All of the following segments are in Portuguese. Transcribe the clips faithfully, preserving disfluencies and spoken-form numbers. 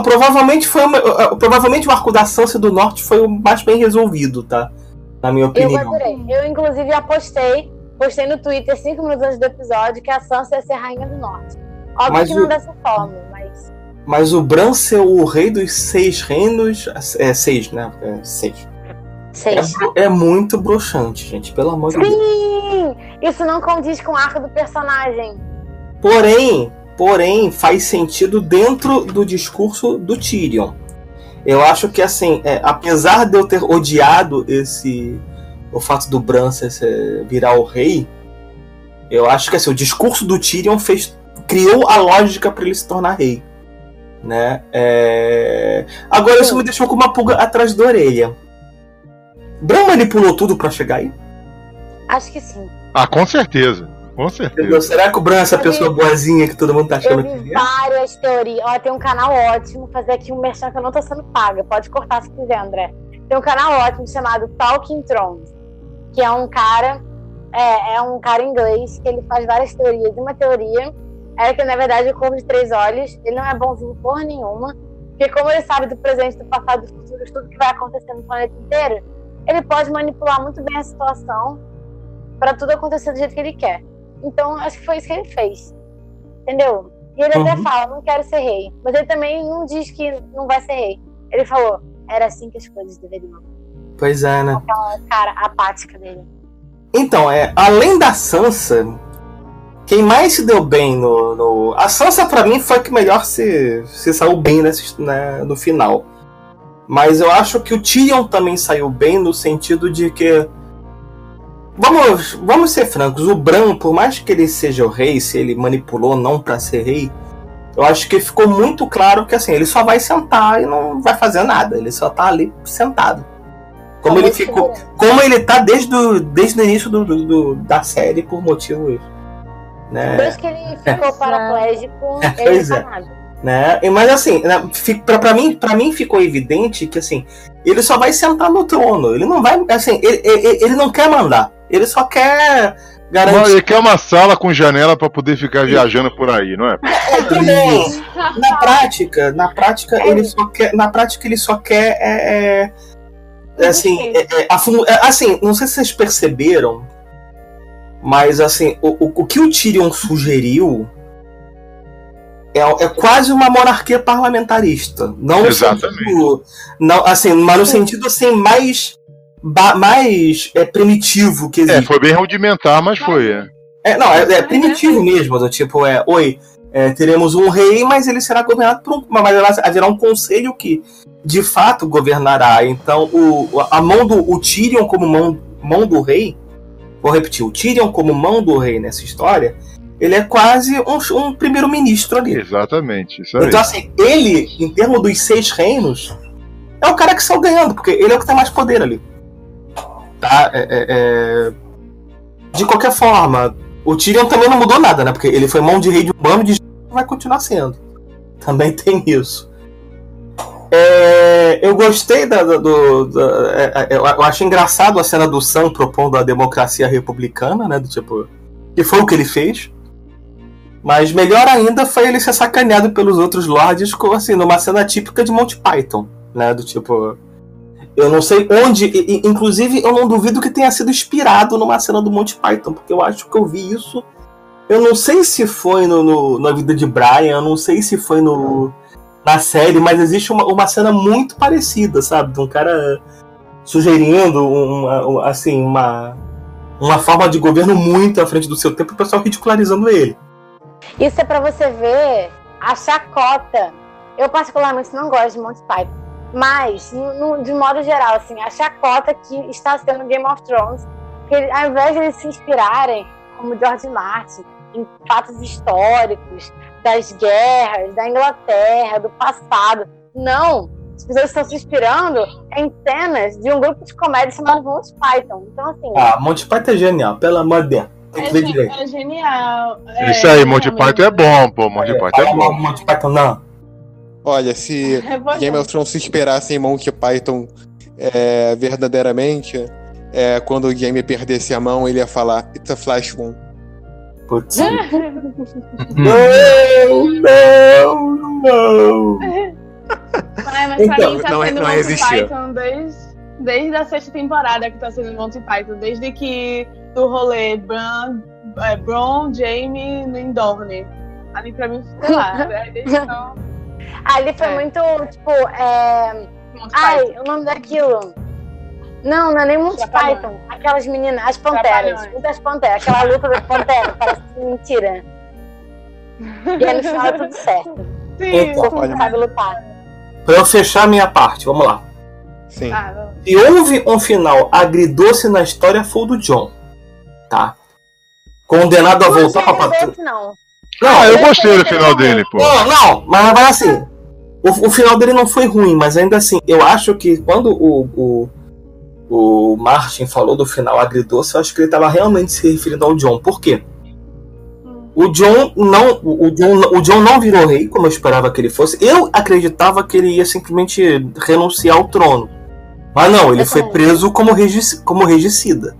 provavelmente foi uma, uh, provavelmente o arco da Sansa do Norte foi o mais bem resolvido, tá? Na minha opinião. Eu adorei. Eu, inclusive, apostei, postei no Twitter cinco minutos antes do episódio que a Sansa ia ser rainha do Norte. Óbvio mas que não o... dessa forma, mas... Mas o Bran ser o rei dos seis reinos... É seis, né? É seis. Seis. É, é muito broxante, gente. Pelo amor de Deus. Sim! Isso não condiz com o arco do personagem. Porém, porém, faz sentido dentro do discurso do Tyrion. Eu acho que, assim, é, apesar de eu ter odiado esse... O fato do Bran ser, virar o rei... Eu acho que, assim, o discurso do Tyrion fez... Criou a lógica para ele se tornar rei. Né? É... Agora isso me deixou com uma pulga atrás da orelha. Bran manipulou tudo pra chegar aí? Acho que sim. Ah, com certeza. Com certeza. Entendeu? Será que o Bran é essa eu pessoa vi... boazinha que todo mundo tá achando eu vi que é? Várias teorias. Ó, tem um canal ótimo. Fazer aqui um merchan que eu não tô sendo paga. Pode cortar se quiser, André. Tem um canal ótimo chamado Talking Thrones. Que é um cara... É, é um cara inglês que ele faz várias teorias. Uma teoria é que, na verdade, o Corvo de Três Olhos, ele não é bonzinho porra nenhuma, porque como ele sabe do presente, do passado, do futuro, tudo que vai acontecer no planeta inteiro, ele pode manipular muito bem a situação para tudo acontecer do jeito que ele quer. Então, acho que foi isso que ele fez. Entendeu? E ele uhum. até fala, não quero ser rei. Mas ele também não diz que não vai ser rei. Ele falou, era assim que as coisas deveriam. Pois é, né? Aquela cara apática dele. Então, é, além da Sansa... Quem mais se deu bem no... no... A Sansa, pra mim, foi a que melhor se, se saiu bem nesse, né, no final. Mas eu acho que o Tyrion também saiu bem no sentido de que... Vamos, vamos ser francos. O Bran, por mais que ele seja o rei, se ele manipulou não pra ser rei, eu acho que ficou muito claro que assim, ele só vai sentar e não vai fazer nada. Ele só tá ali sentado. Como ele ficou, como ele tá desde, do, desde o início do, do, do, da série por motivos... Né? Desde que ele ficou é. paraplégico, é, ele não é. tá nada. Né? Mas assim, pra, pra, mim, pra mim ficou evidente que assim, ele só vai sentar no trono. Ele não vai. Assim, ele, ele, ele não quer mandar. Ele só quer garantir. Não, ele quer uma sala com janela pra poder ficar viajando por aí, não é? É, também. Na prática, na prática, é. ele só quer. Na prática, ele só quer. É, é, assim, é, é, é, assim, não sei se vocês perceberam. Mas, assim, o, o, o que o Tyrion sugeriu é, é quase uma monarquia parlamentarista. Não Exatamente. No sentido, não, assim, mas no sentido, assim, mais, ba, mais é, primitivo que existe. É, foi bem rudimentar, mas foi. É, é não, é, é primitivo mesmo. Do tipo, é, oi, é, teremos um rei, mas ele será governado por um... Mas haverá um conselho que, de fato, governará. Então, o, a mão do o Tyrion como mão, mão do rei... Vou repetir, o Tyrion como mão do rei nessa história, ele é quase um, um primeiro-ministro ali. Exatamente, isso aí. Então assim, ele, em termos dos seis reinos, é o cara que saiu ganhando, porque ele é o que tem mais poder ali. Tá? É, é, é... De qualquer forma, o Tyrion também não mudou nada, né? Porque ele foi mão de rei de um bando de gente e vai continuar sendo. Também tem isso. É, eu gostei da, do, do, do é, eu acho engraçado a cena do Sam propondo a democracia republicana, né, do tipo, que foi o que ele fez, mas melhor ainda foi ele ser sacaneado pelos outros lords, assim, numa cena típica de Monty Python, né, do tipo, eu não sei onde, e, inclusive eu não duvido que tenha sido inspirado numa cena do Monty Python, porque eu acho que eu vi isso, eu não sei se foi no, no, na vida de Brian, eu não sei se foi no na série, mas existe uma, uma cena muito parecida, sabe? De um cara sugerindo uma, assim, uma, uma forma de governo muito à frente do seu tempo e o pessoal ridicularizando ele. Isso é pra você ver a chacota. Eu particularmente não gosto de Monty Python, mas, no, de modo geral, assim, a chacota que está sendo Game of Thrones, que ao invés de eles se inspirarem, como George Martin, em fatos históricos, das guerras, da Inglaterra, do passado. Não! As pessoas estão se inspirando em cenas de um grupo de comédia chamado Monty Python. Então, assim... Ah, Monty Python é genial, pelo amor de Deus. É, gen- é genial. É, isso aí, Monty Python é bom, pô. Monty é, Python é bom. Monty Python não. Olha, se é Game of Thrones se inspirasse em Monty Python é, verdadeiramente, é, quando o Jaime perdesse a mão, ele ia falar It's a Flash Moon. Putz. Não, não, não. Ai, mas Então, pra mim tá não, sendo não Monty existia. Python desde, desde a sexta temporada que tá sendo Monty Python. Desde que do rolê Bran, é, Bron, Jamie, Lindorne. Ali pra mim, sei lá, né? Desde então, Ali foi É. muito, tipo, é... Monty Ai, Python. o nome daquilo. Não, não é nem Monty Trapalhões. Python. Aquelas meninas, as panteras. Trapalhões. Muitas panteras. Aquela luta das panteras, parece mentira. E aí no final é tudo certo. Sim, Então, Todo mundo sabe lutar. Pra eu fechar a minha parte, vamos lá. Sim. ah, não. Se houve um final agridoce na história, foi o do John. Tá? Condenado a Não voltar pra achei patrulha. desse, não. Ah, eu eu gostei do sei final que dele, pô. Não, não, mas, mas assim, o, o final dele não foi ruim, mas ainda assim, eu acho que quando o, o, o Martin falou do final agridoce, eu acho que ele estava realmente se referindo ao John. Por quê? O John não, o John, o John não virou rei, como eu esperava que ele fosse. Eu acreditava que ele ia simplesmente renunciar ao trono. Mas não, ele Eu foi também. preso como, regi, como regicida.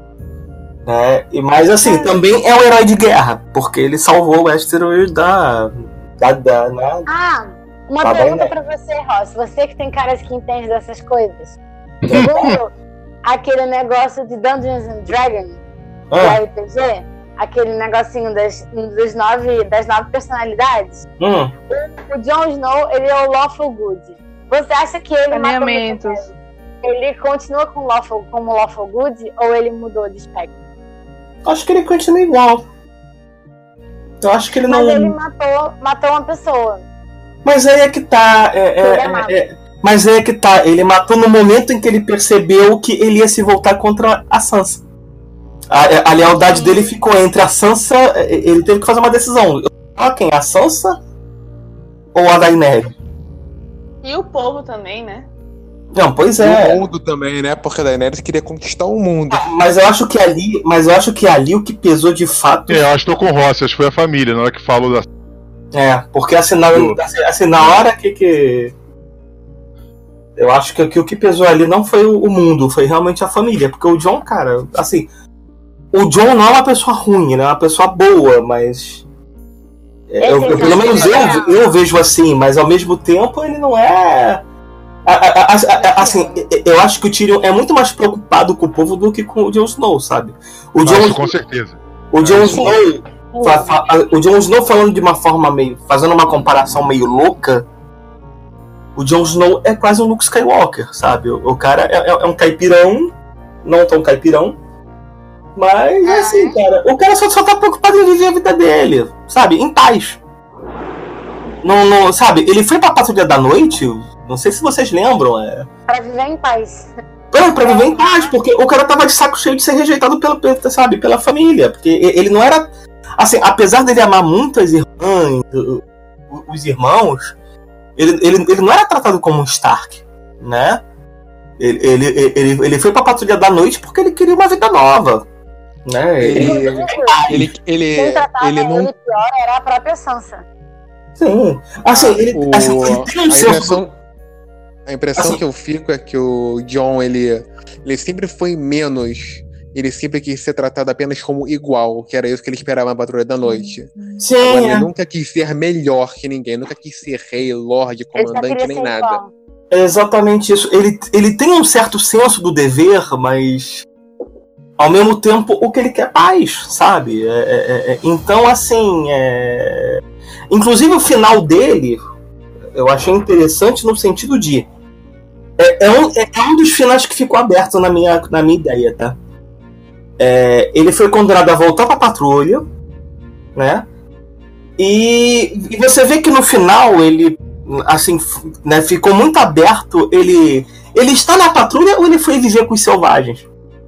Né? E, mas assim, também é um herói de guerra, porque ele salvou o Westeros da... da, da na- Ah, uma Tá pergunta bem, pra você, Ross. Você que tem caras que entende dessas coisas. Segundo aquele negócio de Dungeons and Dragons, do Ah, R P G, aquele negocinho das, dos nove, das nove personalidades, hum. o Jon Snow, ele é o Lawful Good. Você acha que ele matou Alinhamentos. muito tempo? Ele continua com lawful, como Lawful Good ou ele mudou de espectro? Acho que ele continua igual. Eu acho que ele Mas não. ele matou, matou uma pessoa. Mas aí é que tá. é- é- Ele é mau. é- é- Mas aí é que tá. Ele matou no momento em que ele percebeu que ele ia se voltar contra a Sansa. A, a lealdade dele ficou entre a Sansa. Ele teve que fazer uma decisão. Ah, quem? A Sansa ou a Daenerys? E o povo também, né? Não, pois E é. o mundo também, né? Porque a Daenerys queria conquistar o mundo. Mas eu acho que ali. Mas eu acho que ali o que pesou de fato. É, eu acho que tô com o Rossi, acho que foi a família, na hora que falou da. É, porque assim, na, assim, na hora que, que. Eu acho que, que o que pesou ali não foi o, o mundo, foi realmente a família. Porque o John, cara, assim. O John não é uma pessoa ruim, né? É uma pessoa boa, mas. é, eu- eu- pelo menos eu, eu vejo assim, mas ao mesmo tempo ele não é. a- a- a- a- Assim, eu acho que o Tyrion é muito mais preocupado com o povo do que com o Jon Snow, sabe? O Ah, Jon, isso com certeza. o Jon É, Snow. Fa- fa- O Jon Snow falando de uma forma meio. Fazendo uma comparação meio louca. O Jon Snow é quase um Luke Skywalker, sabe? O, o cara é, é- é um caipirão, não tão caipirão. Mas é assim, cara. O cara só, só tá preocupado em viver a vida dele, sabe? Em paz. Não, não, sabe? Ele foi pra Patrulha da Noite, não sei se vocês lembram, é. Pra viver em paz. Pra, pra viver em paz, porque o cara tava de saco cheio de ser rejeitado pelo, pelo- sabe, pela família. Porque ele não era. Assim, apesar dele amar muito as irmãs, o- o- os irmãos, ele, ele, ele não era tratado como um Stark, né? Ele, ele, ele, ele foi pra Patrulha da Noite porque ele queria uma vida nova, né? Ele, Ele, ele, ele, Quem tratava ele ele, não. pior era a própria Sansa. sim. Assim, ele, O- assim, ele tem um a senso. impressão, a impressão Assim- que eu fico é que o John, ele, ele sempre foi menos. Ele sempre quis ser tratado apenas como igual, que era isso que ele esperava na Patrulha da Noite. Sim, Agora, ele é. nunca quis ser melhor que ninguém, nunca quis ser rei, lorde, Ele só comandante, queria nem ser nada. igual. É exatamente isso. Ele, ele tem um certo senso do dever, mas ao mesmo tempo o que ele quer é paz, sabe? É, é, é, então, assim, é... inclusive o final dele eu achei interessante no sentido de é, é, um, é um dos finais que ficou aberto na minha, na minha ideia, tá? É, ele foi condenado a voltar pra patrulha, né? E, e você vê que no final ele assim, né, ficou muito aberto. Ele, ele está na patrulha ou ele foi viver com os selvagens?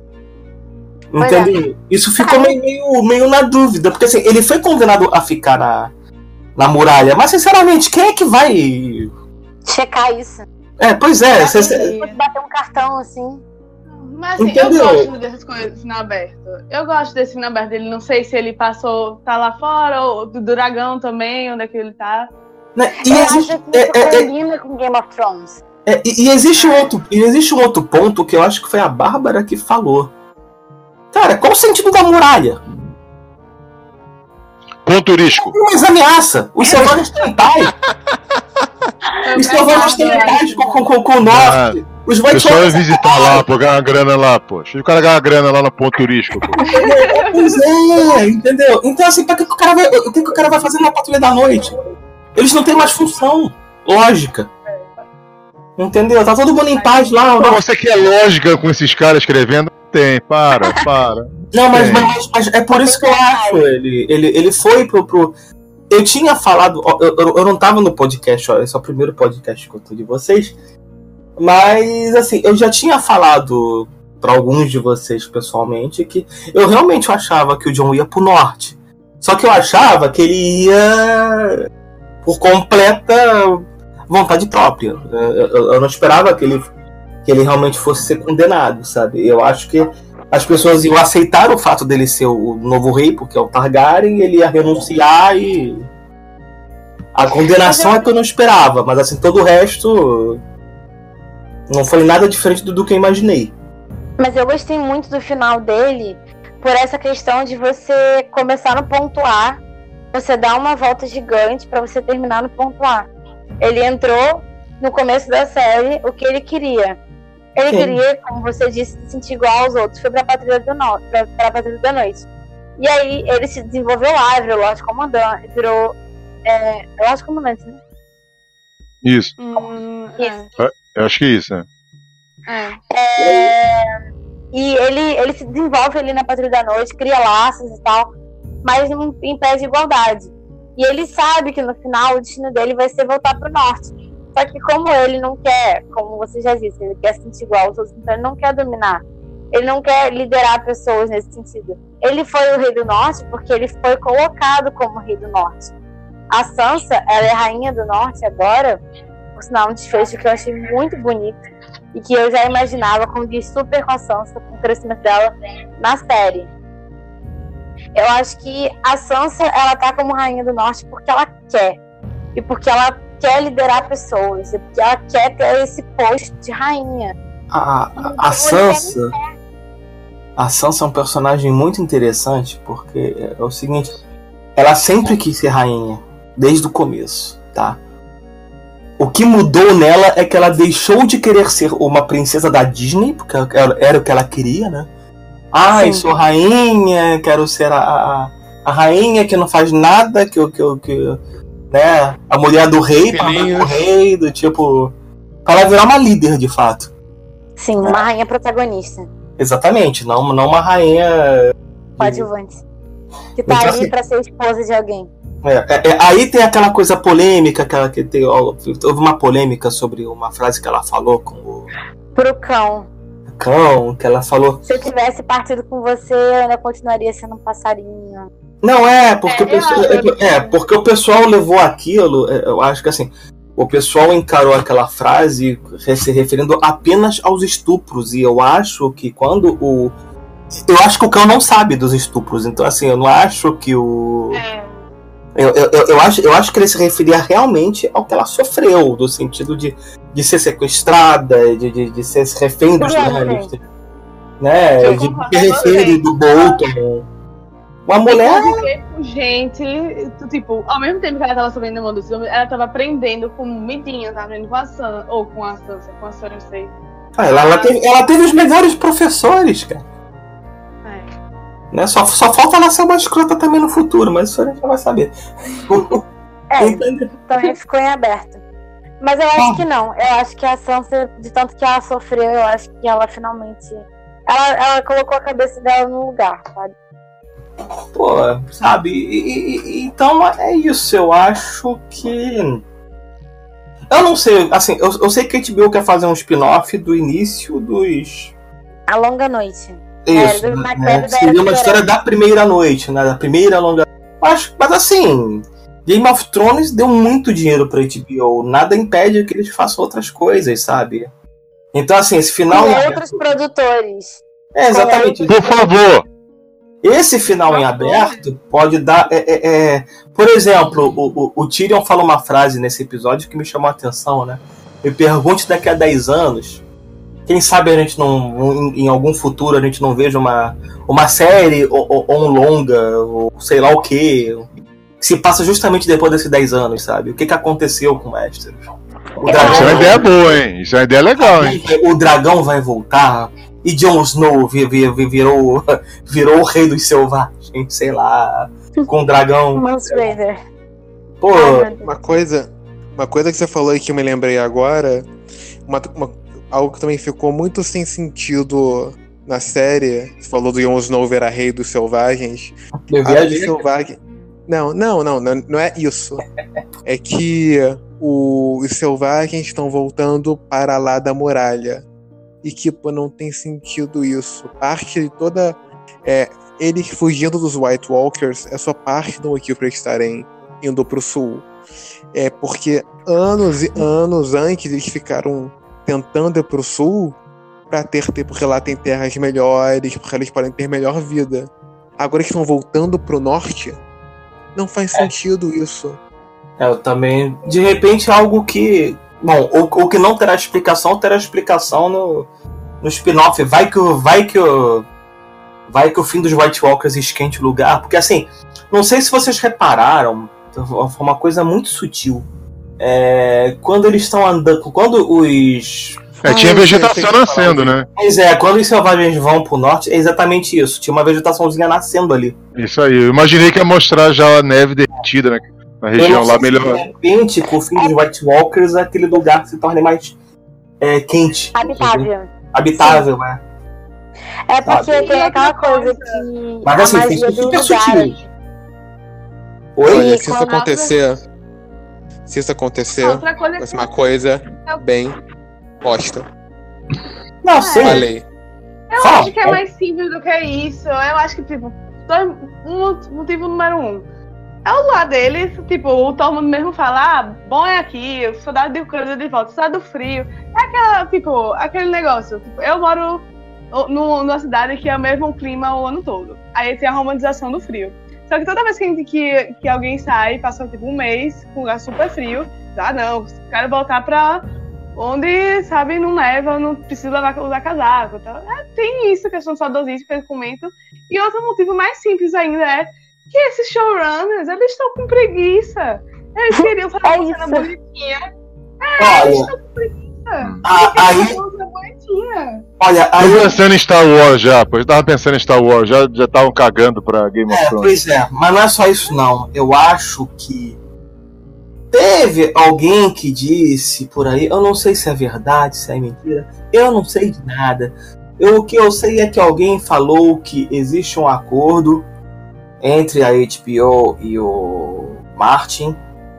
Entendeu? Isso ficou meio, meio, meio na dúvida, porque assim, ele foi condenado a ficar na, na muralha, mas sinceramente, quem é que vai Checar isso. É, pois é. Se Cê, fosse bater um cartão assim. Mas assim, Entendeu? eu gosto dessas coisas final aberto. Eu gosto desse final aberto. Ele não sei se ele passou, tá lá fora, ou do dragão também, onde é que ele tá. né, e, Eu existe, acho que é, isso é, é, combina com Game of Thrones. é, e, e existe um outro, e existe um outro ponto que eu acho que foi a Bárbara que falou. Cara, qual o sentido da muralha? Ponto turístico. Mas ameaça. Os selvagens têm paz. Eles estão vendo hostilidade com, com, com o norte. Ah, Os o pessoal White vai visitar lá, pô, ganhar uma grana lá, pô. Deixa o cara ganhar uma grana lá no ponto turístico, pô. Pois é, entendeu? Então, assim, pra que, que o cara vai, o que, que o cara vai fazer na patrulha da noite? Eles não têm mais função lógica. Entendeu? Tá todo mundo em paz lá. Pô, você quer lógica com esses caras escrevendo? Tem, para, para. Não, mas, mas, mas é por isso que eu acho. Ele, ele, ele foi pro, pro. Eu tinha falado. Eu, eu, eu não tava no podcast, ó, esse é o primeiro podcast que eu tô de vocês. Mas, assim, eu já tinha falado pra alguns de vocês pessoalmente que eu realmente achava que o Jon ia pro norte. Só que eu achava que ele ia por completa vontade própria. Eu, eu não esperava que ele, que ele realmente fosse ser condenado, sabe? Eu acho que as pessoas iam aceitar o fato dele ser o novo rei, porque é o Targaryen, e ele ia renunciar e... A condenação é que eu não esperava, mas assim, todo o resto não foi nada diferente do, do que eu imaginei. Mas eu gostei muito do final dele por essa questão de você começar no ponto A, você dar uma volta gigante pra você terminar no ponto A. Ele entrou no começo da série o que ele queria. Ele Sim. queria, como você disse, se sentir igual aos outros. Foi pra Patrulha, do no... pra, pra Patrulha da Noite. E aí ele se desenvolveu lá, virou Lorde Comandante, virou é, Lorde Comandante, né? Isso. Hum, Isso. É. Eu acho que é isso, né? É. É... E ele, ele se desenvolve ali na Patrulha da Noite, cria laços e tal, mas não impede igualdade. E ele sabe que no final o destino dele vai ser voltar pro norte. Só que como ele não quer, como você já disse, ele quer se sentir igual aos outros, então ele não quer dominar. Ele não quer liderar pessoas nesse sentido. Ele foi o rei do norte porque ele foi colocado como rei do norte. A Sansa, ela é rainha do norte agora, por sinal um desfecho que eu achei muito bonito e que eu já imaginava condizer super com a Sansa, com o crescimento dela na série. Eu acho que a Sansa, ela tá como rainha do norte porque ela quer. E porque ela quer liderar pessoas. E porque ela quer ter esse posto de rainha. A, a, a Sansa... A Sansa é um personagem muito interessante porque é o seguinte... Ela sempre quis ser rainha. Desde o começo, tá? O que mudou nela é que ela deixou de querer ser uma princesa da Disney, porque era o que ela queria, né? Ai, Sim. sou rainha, quero ser a, a, a rainha que não faz nada, que, que, que né? A mulher do rei, para o rei, do tipo... Para ela virar uma líder, de fato. Sim, uma é. rainha protagonista. Exatamente, não, não uma rainha... Coadjuvante. Que tá então, ali assim, pra ser esposa de alguém. É, é, é, aí tem aquela coisa polêmica, aquela que tem, ó, houve uma polêmica sobre uma frase que ela falou com o... Pro cão. Cão, que ela falou... Se eu tivesse partido com você, eu ainda continuaria sendo um passarinho. Não, é, porque, é, o, pessoal, é, é, porque o pessoal levou aquilo, eu acho que assim, o pessoal encarou aquela frase se referindo apenas aos estupros, e eu acho que quando o... Eu acho que o cão não sabe dos estupros, então assim, eu não acho que o... É. Eu, eu, eu, acho, eu acho que ele se referia realmente ao que ela sofreu, no sentido de, de ser sequestrada, de, de, de ser refém dos velhos, né? De ter refém do Bolton. Uma mulher. Gente, tipo, ao mesmo tempo que ela tava sofrendo no mundo dos homens, ela tava aprendendo com Midinha, tava aprendendo com a Sansa, ou com a Sansa, com a Sansa, não sei. Ah, ela, ela, teve, ela teve os melhores professores, cara. Né? Só, só falta ela ser uma escrota também no futuro, mas isso a gente já vai saber. É, também ficou em aberto. Mas eu acho ah. que não. Eu acho que a Sansa, de tanto que ela sofreu, eu acho que ela finalmente... Ela, ela colocou a cabeça dela no lugar, sabe? Pô, sabe? E, e, e, então é isso. Eu acho que... Eu não sei, assim, eu, eu sei que a H B O quer fazer um spin-off do início dos... A Longa Noite. Isso, é, né? Seria uma história da primeira noite, né? Da primeira longa. Mas, mas assim, Game of Thrones deu muito dinheiro pra H B O. Nada impede que eles façam outras coisas, sabe? Então, assim, esse final. E outros produtores. É, exatamente. Por favor! Esse final em aberto pode dar. É, é, é... Por exemplo, o, o, o Tyrion fala uma frase nesse episódio que me chamou a atenção, né? Me pergunte daqui a dez anos. Quem sabe a gente não, em, em algum futuro, a gente não veja uma, uma série ou, ou, ou um longa, ou sei lá o que, que se passa justamente depois desses dez anos, sabe? O que, que aconteceu com o Westeros? O Isso é uma ideia boa, hein? Isso é uma ideia legal, hein? O dragão vai voltar e Jon Snow vir, vir, vir, virou, virou o rei dos selvagens, sei lá, com o dragão. Mans Raider. Pô, Uma coisa, uma coisa que você falou aí que eu me lembrei agora, uma, uma- algo que também ficou muito sem sentido na série. Você falou do Jon Snow virar rei dos selvagens. eu A lei viajei. selvagem. Não, não, não, não, não é isso. É que o- os selvagens estão voltando para lá da muralha. E que, pô, não tem sentido isso. Parte de toda. É, eles fugindo dos White Walkers é só parte do motivo para eles estarem indo pro sul. É porque anos e anos antes eles ficaram tentando ir pro sul pra ter, ter porque lá tem terras melhores, porque eles podem ter melhor vida. Agora eles estão voltando pro norte. Não faz sentido isso. É, eu também. De repente, algo que. Bom, o, o que não terá explicação, terá explicação no, no spin-off. Vai que o. Vai que o. Vai que o fim dos White Walkers esquente o lugar. Porque assim, não sei se vocês repararam, foi uma coisa muito sutil. É, quando eles estão andando. Quando os. É, tinha Ah, eu sei, eu sei vegetação que você nascendo, fala. né? Pois é, quando os selvagens vão pro norte, é exatamente isso. Tinha uma vegetaçãozinha nascendo ali. Isso aí. Eu imaginei que ia mostrar já a neve derretida, né? Na Eu região não lá sei se, melhor. de repente, com o fim dos White Walkers, aquele lugar se torne mais é, quente. Habitável. Habitável, é. É porque Sabe? tem aquela coisa que. Mas a assim, magia foi do super lugar. sutil. Oi? Olha, E se isso quando- acontecer. Se isso acontecer, Outra coisa vai que ser uma coisa bem bosta. Não, sei. Falei. eu Fala. acho que é mais simples do que isso. Eu acho que, tipo, dois- um motivo número um. É o lado deles, tipo, o todo mundo mesmo fala, ah, bom é aqui, o soldado de coisa de volta, soldado do frio. É aquela, tipo, aquele negócio. Tipo, eu moro no, numa cidade que é o mesmo clima o ano todo. Aí tem a romantização do frio. Só que toda vez que, a gente- que, que alguém sai, passa tipo um mês com um lugar super frio, ah não, quero voltar pra onde, sabe, não neva, não precisa levar, usar casaco. Tá? É, tem isso, questão de saudosismo que eles comentam. E outro motivo mais simples ainda é que esses showrunners, eles estão com preguiça. Eles queriam fazer É uma cena isso. bonitinha. É, eles Olha, estão com preguiça. a- Eles aí, queriam fazer uma cena bonitinha. olha, Tô aí. pensando em Star Wars já, pô. Eu tava pensando em Star Wars, já já estavam cagando pra Game of É, Thrones. pois é, mas não é só isso não. Eu acho que teve alguém que disse por aí, eu não sei se é verdade, se é mentira, eu não sei de nada. Eu, o que eu sei é que alguém falou que existe um acordo entre a H B O e o Martin.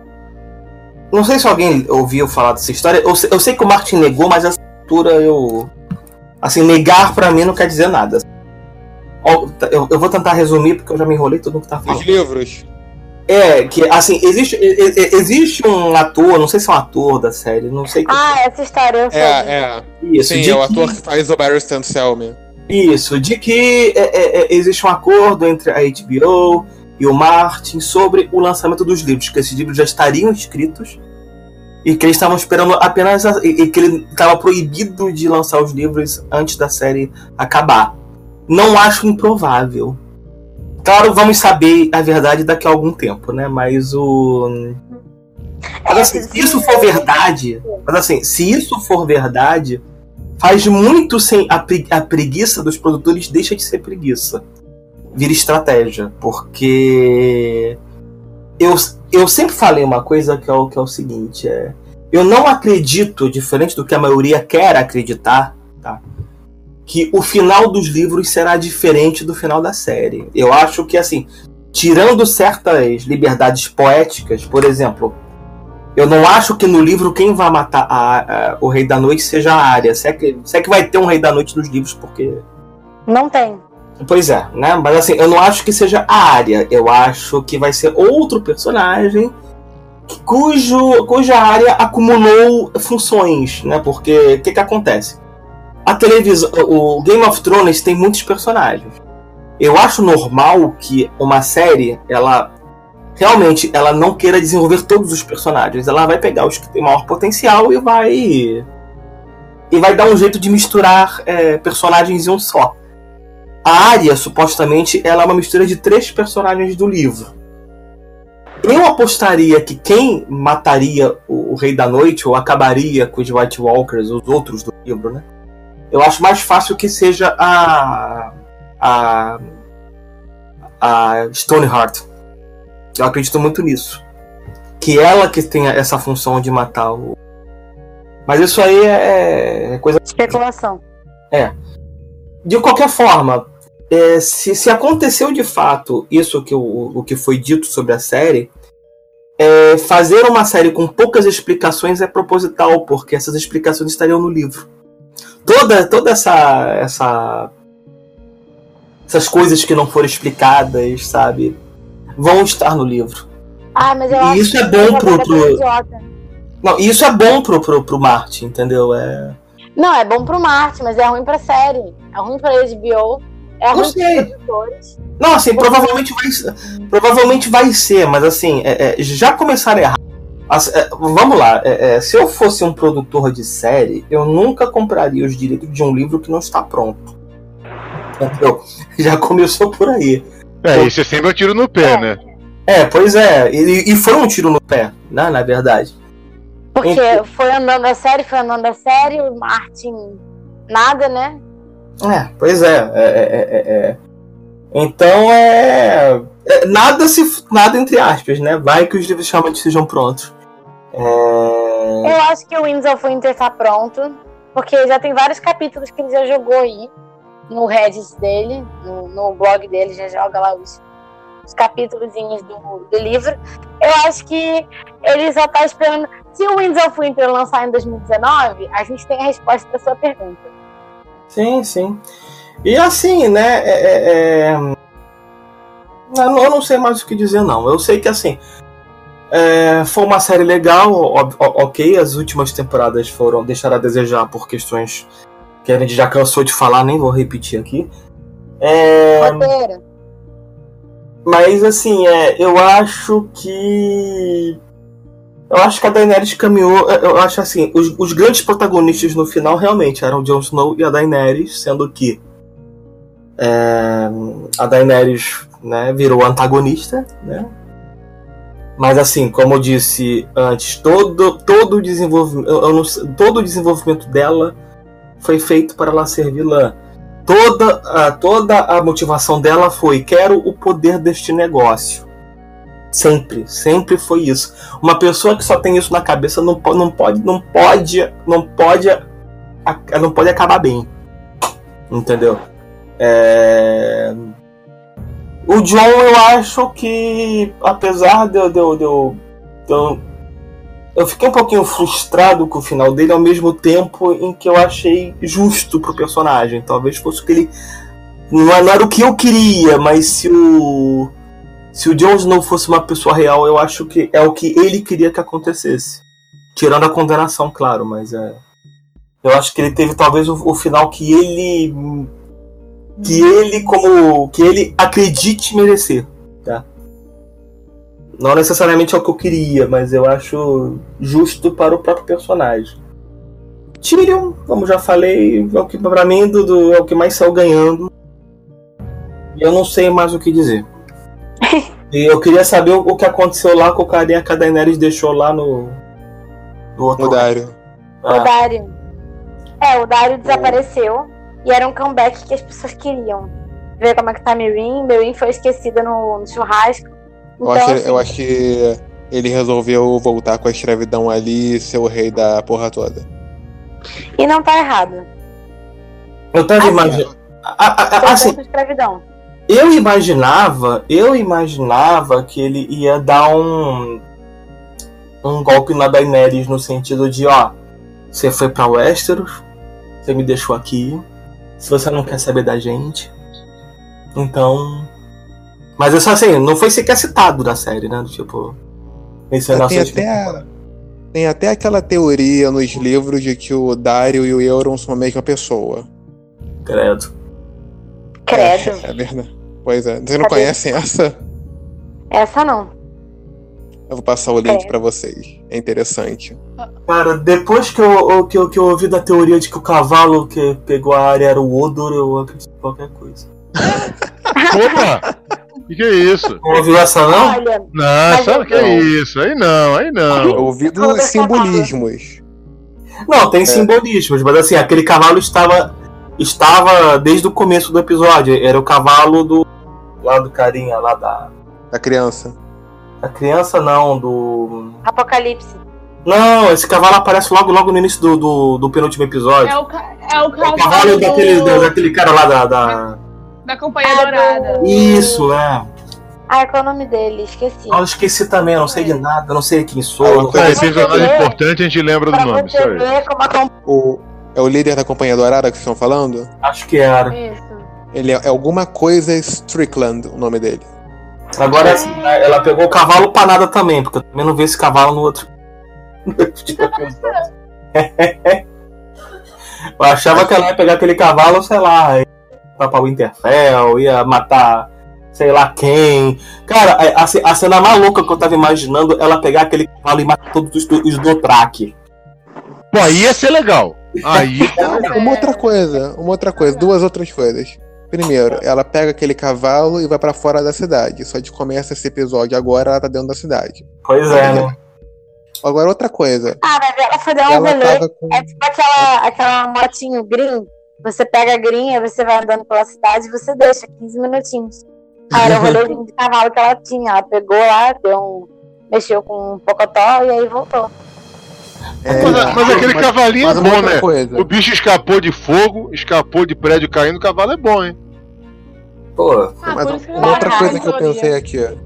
Não sei se alguém ouviu falar dessa história. Eu sei, eu sei que o Martin negou, mas essa altura eu. Assim, negar pra mim não quer dizer nada. Ó, Eu, eu vou tentar resumir porque eu já me enrolei todo mundo que tá falando. Os livros. É, que assim, existe, e- e- existe um ator, não sei se é um ator da série, não sei que Ah, essa história eu sei. É, é. isso, Sim, de é o que- ator que faz o Barry Stan Selmy. Isso, de que é, é, é, existe um acordo entre a H B O e o Martin sobre o lançamento dos livros, que esses livros já estariam escritos e que eles estavam esperando apenas a, e, e que ele estava proibido de lançar os livros antes da série acabar. Não acho improvável. Claro, vamos saber a verdade daqui a algum tempo, né? Mas o Mas assim, se isso for verdade, mas assim, se isso for verdade, faz muito sem a, pre- a preguiça dos produtores deixa de ser preguiça, vira estratégia, porque eu, eu sempre falei uma coisa que é o que é o seguinte, é, eu não acredito, diferente do que a maioria quer acreditar, tá? Que o final dos livros será diferente do final da série. Eu acho que assim, tirando certas liberdades poéticas, por exemplo, eu não acho que no livro quem vai matar a, a, o Rei da Noite seja a Arya. Se é, que, se é que vai ter um Rei da Noite nos livros, porque... Não tem. Pois é, né? Mas assim, eu não acho que seja a Arya. Eu acho que vai ser outro personagem que- cujo, cuja Arya acumulou funções, né? Porque o que que acontece? A televisão... O Game of Thrones tem muitos personagens. Eu acho normal que uma série, ela... realmente ela não queira desenvolver todos os personagens. Ela vai pegar os que têm maior potencial e vai e vai dar um jeito de misturar é, personagens em um só. A Arya, supostamente, ela é uma mistura de três personagens do livro. eu apostaria que quem mataria o, o Rei da Noite, ou acabaria com os White Walkers, os outros do livro, né? Eu acho mais fácil que seja a. a. a Stoneheart. Eu acredito muito nisso. Que ela que tenha essa função de matar o. Mas isso aí é, é coisa. Especulação. É. De qualquer forma, é, se, se aconteceu de fato isso que o, o que foi dito sobre a série, é, fazer uma série com poucas explicações é proposital, porque essas explicações estariam no livro. Toda, toda essa, essa. Essas coisas que não foram explicadas, sabe? Vão estar no livro. Ah, mas eu e acho isso que é bom pro. é pro... idiota. Não, isso é bom pro, pro, pro Martin, entendeu? É. Não, é bom pro Martin, mas é ruim pra série. É ruim pra H B O. É ruim pros produtores. Não, assim, provavelmente vai ser. Provavelmente vai ser, mas assim, é, é, já começaram errado. Assim, é, vamos lá, é, é, se eu fosse um produtor de série, eu nunca compraria os direitos de um livro que não está pronto. Entendeu? Já começou por aí. É, isso é sempre um tiro no pé, É. né? É, pois é, e, e foi um tiro no pé, né, na verdade. Porque Então- foi andando a série, foi andando a série, o Martin nada, né? É, pois é. é, é, é, é. Então é, é. Nada se. Nada entre aspas, né? Vai que os livros realmente sejam prontos. É, Eu acho que o Winds of Winter tá pronto, porque já tem vários capítulos que ele já jogou aí no Reddit dele, no, no blog dele, já joga lá os, os capítulozinhos do, do livro. Eu acho que ele só tá esperando. Se o Winds of Winter lançar em dois mil e dezenove, a gente tem a resposta da sua pergunta. Sim, sim. E assim, né? É, é, é... Eu não- eu não sei mais o que dizer, não. Eu sei que assim. é, foi uma série legal, o- o- ok. As últimas temporadas foram deixar a desejar por questões que a gente já cansou de falar, nem vou repetir aqui. É, Roteiro. mas assim, é, eu acho que. Eu acho que a Daenerys caminhou. Eu acho assim, os, os grandes protagonistas no final realmente eram o Jon Snow e a Daenerys, sendo que é, a Daenerys, né, virou antagonista, né? Mas assim, como eu disse antes, todo, todo, o desenvolvimento, eu não sei- todo o desenvolvimento dela foi feito para ela ser vilã. Toda a, toda a motivação dela foi: quero o poder deste negócio. Sempre, sempre foi isso. Uma pessoa que só tem isso na cabeça não, po- não pode, não pode, não pode, a- não pode acabar bem. Entendeu? É... O Jon, eu acho que, apesar de eu, de eu, de eu, de eu, eu fiquei um pouquinho frustrado com o final dele, ao mesmo tempo em que eu achei justo pro personagem. Talvez fosse o que ele, não era não era o que eu queria, mas se o Se o Jon Snow fosse uma pessoa real, eu acho que é o que ele queria que acontecesse. Tirando a condenação, claro, mas é. Eu acho que ele teve talvez o, o final que ele. Que ele como. Que ele acredite merecer. Tá? Não necessariamente é o que eu queria, mas eu acho justo para o próprio personagem. Tyrion, como já falei, é o que pra mim do, do- é o que mais saiu ganhando. E eu não sei mais o que dizer. E eu queria saber o, o que aconteceu lá com o carinha que a Daenerys deixou lá no. No outro O Dário. O Ah, Dario. É, o Dario desapareceu e era um comeback que as pessoas queriam. Ver como é que tá a Meereen. Meereen foi esquecida no, no churrasco. Eu, Então, acho, assim, eu acho que ele resolveu voltar com a escravidão ali e ser o rei da porra toda. E não tá errado. eu tava Assim, imaginando. Foi Assim, contra a escravidão. eu imaginava. Eu imaginava que ele ia dar um. Um golpe na Daenerys no sentido de: ó, você foi pra Westeros, você me deixou aqui, se você não quer saber da gente, então. Mas isso assim, não foi sequer citado na série, né? Tipo. Mencionar Tem até, tem até aquela teoria nos livros de que o Dário e o Euron são a mesma pessoa. Credo. Credo. É, é verdade. Pois é. Vocês não Cadê? conhecem essa? Essa não. Eu vou passar o link É. pra vocês. É interessante. Cara, depois que eu, que, eu, que eu ouvi da teoria de que o cavalo que pegou a área era o Odor, eu acredito em qualquer coisa. Opa! Que que é isso? Não ouviu essa, não? Olha, Não, Mas sabe eu- o que é isso? Aí não, aí não. Ouvido Toda simbolismos. Não, tem É. simbolismos, mas assim, aquele cavalo estava estava desde o começo do episódio. Era o cavalo do lá do carinha, lá da, Da criança. da criança, não, do... Apocalipse. Não, esse cavalo aparece logo, logo no início do, do, do penúltimo episódio. É o, ca- é o É o cavalo cavalo do- daquele, da- daquele cara lá da... da... da Companhia Ah, Dourada. do- Isso, é. Ah, qual é o nome dele? Esqueci. Ah, eu esqueci também, eu não sei de nada, eu não sei quem Ah, sou. uma não coisa É, sei- personagem ver. importante, a gente lembra do Pra nome, isso você aí. ver como a comp- O, é o líder da Companhia Dourada que vocês estão falando? Acho que era. Isso. Ele é, é alguma coisa Strickland, o nome dele. Agora, assim, ela pegou o cavalo panada também, porque eu também não vi esse cavalo no outro. Eu achava que ela ia pegar aquele cavalo, sei lá, ia pra pra Winterfell, ia matar sei lá quem. Cara, a, a, a cena maluca que eu tava imaginando, ela pegar aquele cavalo e matar todos os, os Dothraki. Pô, aí ia ser legal. Aí. Uma outra coisa, uma outra coisa, duas outras coisas. Primeiro, ela pega aquele cavalo e vai pra fora da cidade. Só de começa esse episódio agora, ela tá dentro da cidade. Pois é, né? Agora, outra coisa. Ah, mas ela foi dar um Ela rolê. tava com. É tipo aquela, aquela motinho green. Você pega a green, aí você vai andando pela cidade e você deixa quinze minutinhos. Aí era o rolezinho de cavalo que ela tinha. Ela pegou lá, deu um, mexeu com um pocotó e aí voltou. É, Mas, mas aquele mas- cavalinho mas é uma bom, outra né? coisa. O bicho escapou de fogo, escapou de prédio caindo, o cavalo é bom, hein? Pô, Ah, Mas por isso que uma outra Ah, coisa que eu teoria. pensei aqui, ó,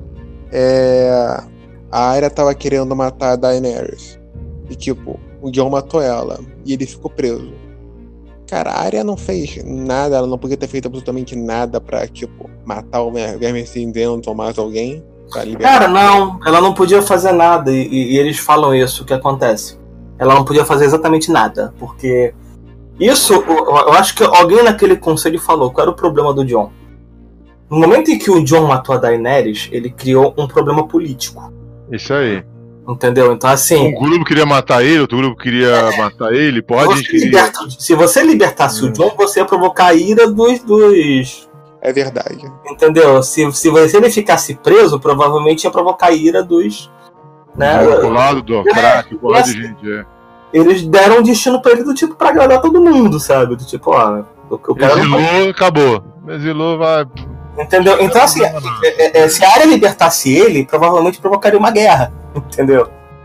é a Arya tava querendo matar a Daenerys. E tipo, o Jon matou ela. E ele ficou preso. Cara, a Arya não fez nada, ela não podia ter feito absolutamente nada pra, tipo, matar o Ver- Verme Cinzento ou mais alguém. Pra libertar. cara, não, ela não podia fazer nada, e, e- e eles falam isso, o que acontece? Ela não podia fazer exatamente nada, porque isso, eu, eu acho que alguém naquele conselho falou, qual era o problema do Jon? No momento em que o Jon matou a Daenerys, ele criou um problema político, Isso aí. entendeu? Então assim, Um grupo queria matar ele, outro grupo queria matar ele, pode, a você gente queria. liberta- se você libertasse Hum. o Jon, você ia provocar a ira dos... dos É verdade. entendeu? Se, se você ele ficasse preso, provavelmente ia provocar a ira dos... Né? Do lado do crack, porra de gente, é. Eles deram um destino pra ele do tipo pra agradar todo mundo, sabe? Do tipo, ó, o, o cara não pode- Exilou, acabou. Exilou, vai. entendeu? Então assim, é, é, é, se a área libertasse ele, provavelmente provocaria uma guerra, entendeu?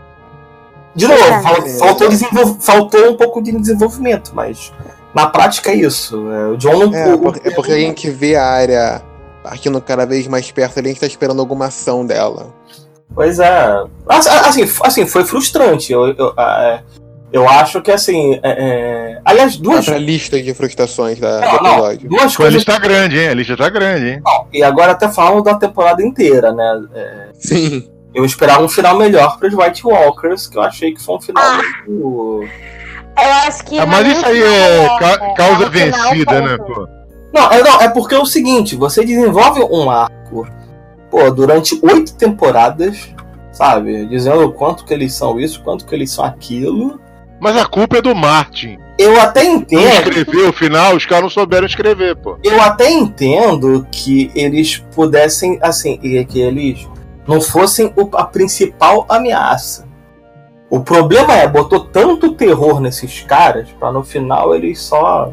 De novo, É. fal- faltou, desenvol- faltou um pouco de desenvolvimento, mas na prática é isso. É, o John não. É, o- porque, é porque a gente vê a Arya partindo cada vez mais perto ali, a gente tá esperando alguma ação dela. Pois é. Assim, assim, assim, foi frustrante. Eu, eu, é, eu acho que assim. É, é... Aliás, Vai duas. pra lista de frustrações da, Não, do não, episódio. duas Pô, a coisas. lista tá grande, hein? A lista tá grande, hein? Não, e agora até falando da temporada inteira, né? É, Sim. eu esperava um final melhor para os White Walkers, que eu achei que foi um final Ah. muito. Eu acho que. Ah, mas não isso aí final, é ca- é, causa é um final vencida, né, ponto. pô? Não, é, não, é porque é o seguinte, você desenvolve um arco, pô, durante oito temporadas, sabe? Dizendo o quanto que eles são isso, quanto que eles são aquilo. Mas a culpa é do Martin. Eu até Não entendo, escreveu o final, os caras não souberam escrever, pô. eu até entendo que eles pudessem, assim, e que eles não fossem o- a principal ameaça. O problema é, botou tanto terror nesses caras, pra no final eles só.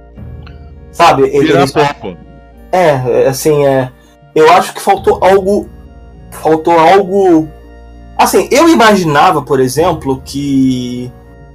Sabe, Virar eles. pó, pô. É, assim, é. Eu acho que faltou algo. Faltou algo. Assim, eu imaginava, por exemplo, que.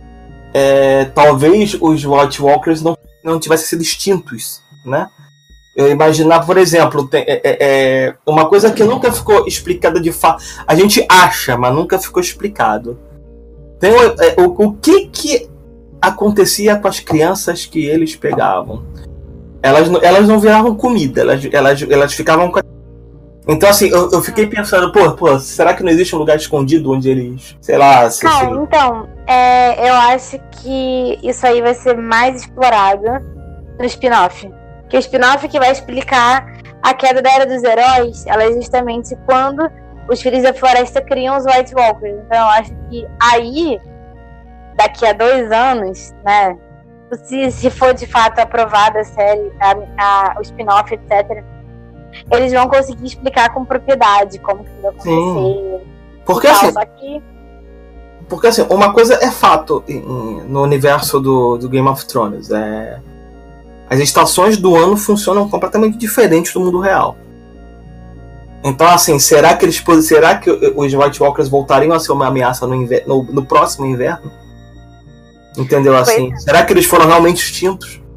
É, talvez os White Walkers não, não tivessem sido extintos, né? Eu imaginava, por exemplo, tem, é, é, é, uma coisa que nunca ficou explicada de fato. A gente acha, mas nunca ficou explicado. Tem, o, é, o, o que que acontecia com as crianças que eles pegavam? Elas, não- elas não viravam comida, elas, elas, elas ficavam com a... Então assim, eu, eu fiquei pensando, pô, pô, será que não existe um lugar escondido onde eles, sei lá, se, Cara, se- então, é, eu acho que isso aí vai ser mais explorado no spin-off. Que o spin-off que vai explicar a queda da Era dos Heróis, ela é justamente quando os Filhos da Floresta criam os White Walkers. Então eu acho que aí, daqui a dois anos, né, se, se for de fato aprovada a série, a, a, o spin-off, etcétera, eles vão conseguir explicar com propriedade como que vai acontecer. Porque tal, assim, só que... porque assim, uma coisa é fato em- no universo do, do Game of Thrones. É... As estações do ano funcionam completamente diferentes do mundo real. Então, assim, será que eles pod- será que os White Walkers voltariam a ser uma ameaça no, inver- no, no próximo inverno? Entendeu? Assim, Pois é. será que eles foram realmente extintos?